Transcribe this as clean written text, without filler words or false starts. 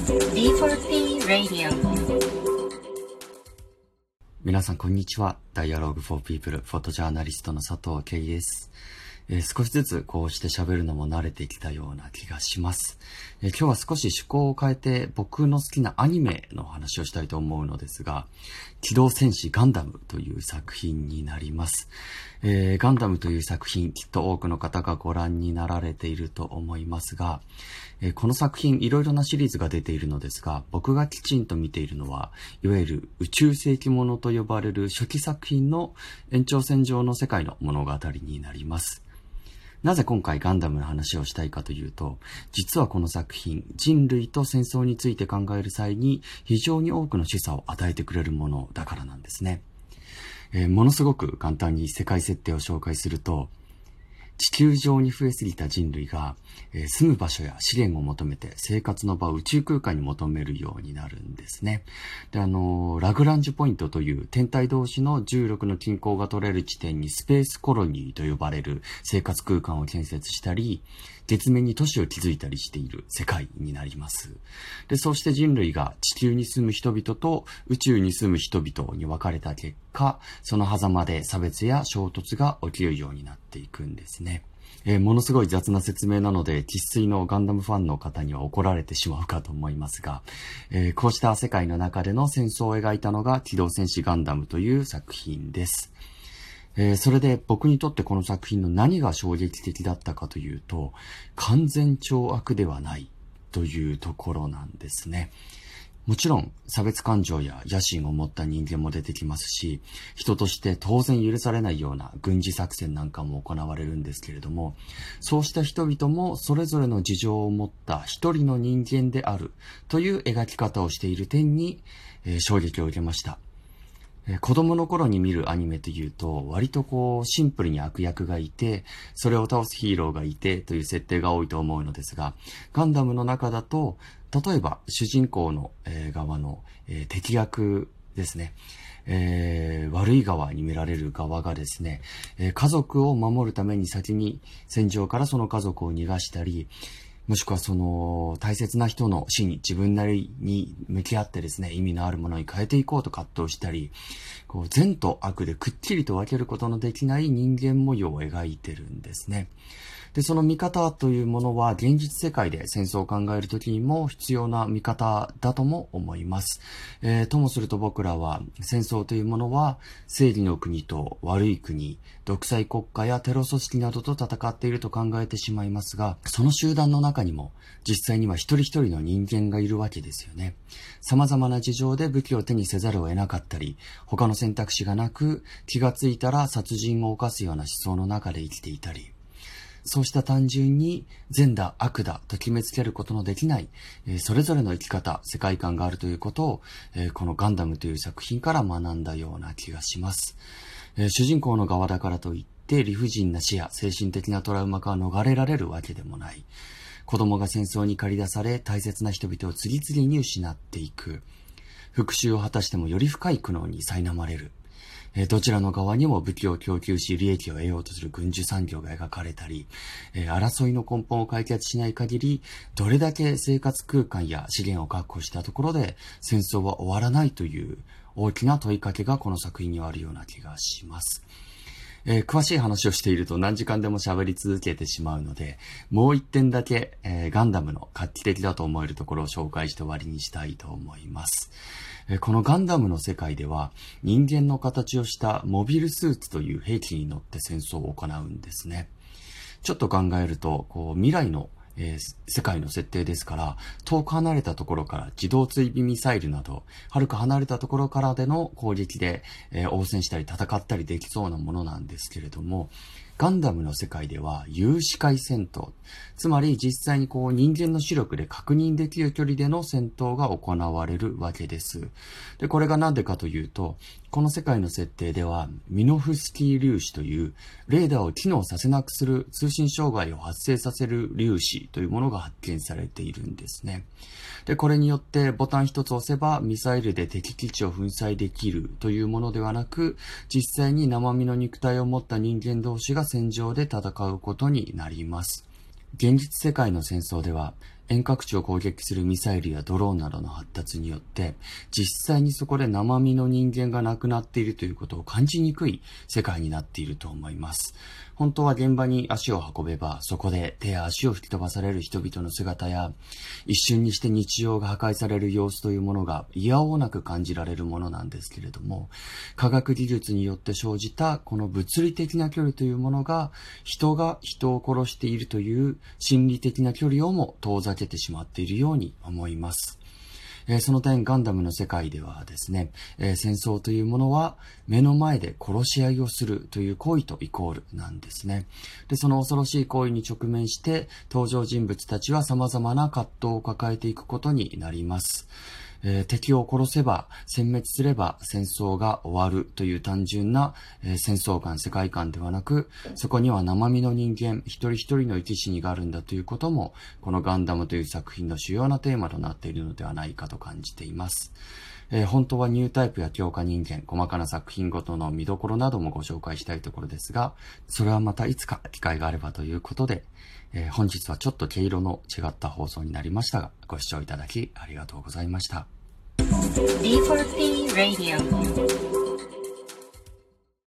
D4P Radio。 皆さんこんにちは。Dialogue for People フォトジャーナリストの佐藤圭です。少しずつこうして喋るのも慣れてきたような気がします。今日は少し趣向を変えて僕の好きなアニメの話をしたいと思うのですが、機動戦士ガンダムという作品になります。ガンダムという作品、きっと多くの方がご覧になられていると思いますが、この作品いろいろなシリーズが出ているのですが、僕がきちんと見ているのは、いわゆる宇宙世紀ものと呼ばれる初期作品の延長線上の世界の物語になります。なぜ今回ガンダムの話をしたいかというと、実はこの作品、人類と戦争について考える際に非常に多くの示唆を与えてくれるものだからなんですね。ものすごく簡単に世界設定を紹介すると、地球上に増えすぎた人類が、住む場所や資源を求めて生活の場を宇宙空間に求めるようになるんですね。で、ラグランジュポイントという天体同士の重力の均衡が取れる地点にスペースコロニーと呼ばれる生活空間を建設したり、月面に都市を築いたりしている世界になります。で、そうして人類が地球に住む人々と宇宙に住む人々に分かれた結果、その狭間で差別や衝突が起きるようになっていくんですね。ものすごい雑な説明なので、生粋のガンダムファンの方には怒られてしまうかと思いますが、こうした世界の中での戦争を描いたのが機動戦士ガンダムという作品です。それで僕にとってこの作品の何が衝撃的だったかというと、完全懲悪ではないというところなんですね。もちろん差別感情や野心を持った人間も出てきますし、人として当然許されないような軍事作戦なんかも行われるんですけれども、そうした人々もそれぞれの事情を持った一人の人間であるという描き方をしている点に、衝撃を受けました。子供の頃に見るアニメというと、割とシンプルに悪役がいて、それを倒すヒーローがいてという設定が多いと思うのですが、ガンダムの中だと、例えば主人公の側の敵役ですね。悪い側に見られる側がですね、家族を守るために先に戦場からその家族を逃がしたり、もしくはその大切な人の死に自分なりに向き合ってですね、意味のあるものに変えていこうと葛藤したり、善と悪でくっきりと分けることのできない人間模様を描いてるんですね。で、その見方というものは現実世界で戦争を考えるときにも必要な見方だとも思います。ともすると僕らは戦争というものは正義の国と悪い国、独裁国家やテロ組織などと戦っていると考えてしまいますが、その集団の中にも実際には一人一人の人間がいるわけですよね。様々な事情で武器を手にせざるを得なかったり、他の選択肢がなく気がついたら殺人を犯すような思想の中で生きていたり、そうした単純に善だ悪だと決めつけることのできない、それぞれの生き方、世界観があるということを、このガンダムという作品から学んだような気がします。主人公の側だからといって理不尽な死や精神的なトラウマから逃れられるわけでもない。子供が戦争に駆り出され大切な人々を次々に失っていく。復讐を果たしてもより深い苦悩に苛まれる。どちらの側にも武器を供給し利益を得ようとする軍需産業が描かれたり、争いの根本を解決しない限り、どれだけ生活空間や資源を確保したところで戦争は終わらないという大きな問いかけがこの作品にはあるような気がします。詳しい話をしていると何時間でも喋り続けてしまうので、もう一点だけ、ガンダムの画期的だと思えるところを紹介して終わりにしたいと思います。このガンダムの世界では人間の形をしたモビルスーツという兵器に乗って戦争を行うんですね。ちょっと考えると未来の世界の設定ですから、遠く離れたところから自動追尾ミサイルなど、はるか離れたところからでの攻撃で、応戦したり戦ったりできそうなものなんですけれども、ガンダムの世界では有視界戦闘、つまり実際に人間の視力で確認できる距離での戦闘が行われるわけです。で、これがなんでかというと、この世界の設定ではミノフスキー粒子というレーダーを機能させなくする通信障害を発生させる粒子というものが発見されているんですね。で、これによってボタン一つ押せばミサイルで敵基地を粉砕できるというものではなく、実際に生身の肉体を持った人間同士が戦場で戦うことになります。現実世界の戦争では遠隔地を攻撃するミサイルやドローンなどの発達によって、実際にそこで生身の人間が亡くなっているということを感じにくい世界になっていると思います。本当は現場に足を運べば、そこで手や足を吹き飛ばされる人々の姿や、一瞬にして日常が破壊される様子というものが嫌おうなく感じられるものなんですけれども、科学技術によって生じたこの物理的な距離というものが、人が人を殺しているという心理的な距離をも遠ざけてしまっているように思います。その点ガンダムの世界ではですね、戦争というものは目の前で殺し合いをするという行為とイコールなんですね。で、その恐ろしい行為に直面して登場人物たちは様々な葛藤を抱えていくことになります。敵を殺せば、殲滅すれば戦争が終わるという単純な、戦争観、世界観ではなく、そこには生身の人間、一人一人の生き死にがあるんだということも、このガンダムという作品の主要なテーマとなっているのではないかと感じています。本当はニュータイプや強化人間、細かな作品ごとの見どころなどもご紹介したいところですが、それはまたいつか機会があればということで、本日はちょっと毛色の違った放送になりましたが、ご視聴いただきありがとうございました。 D4P Radio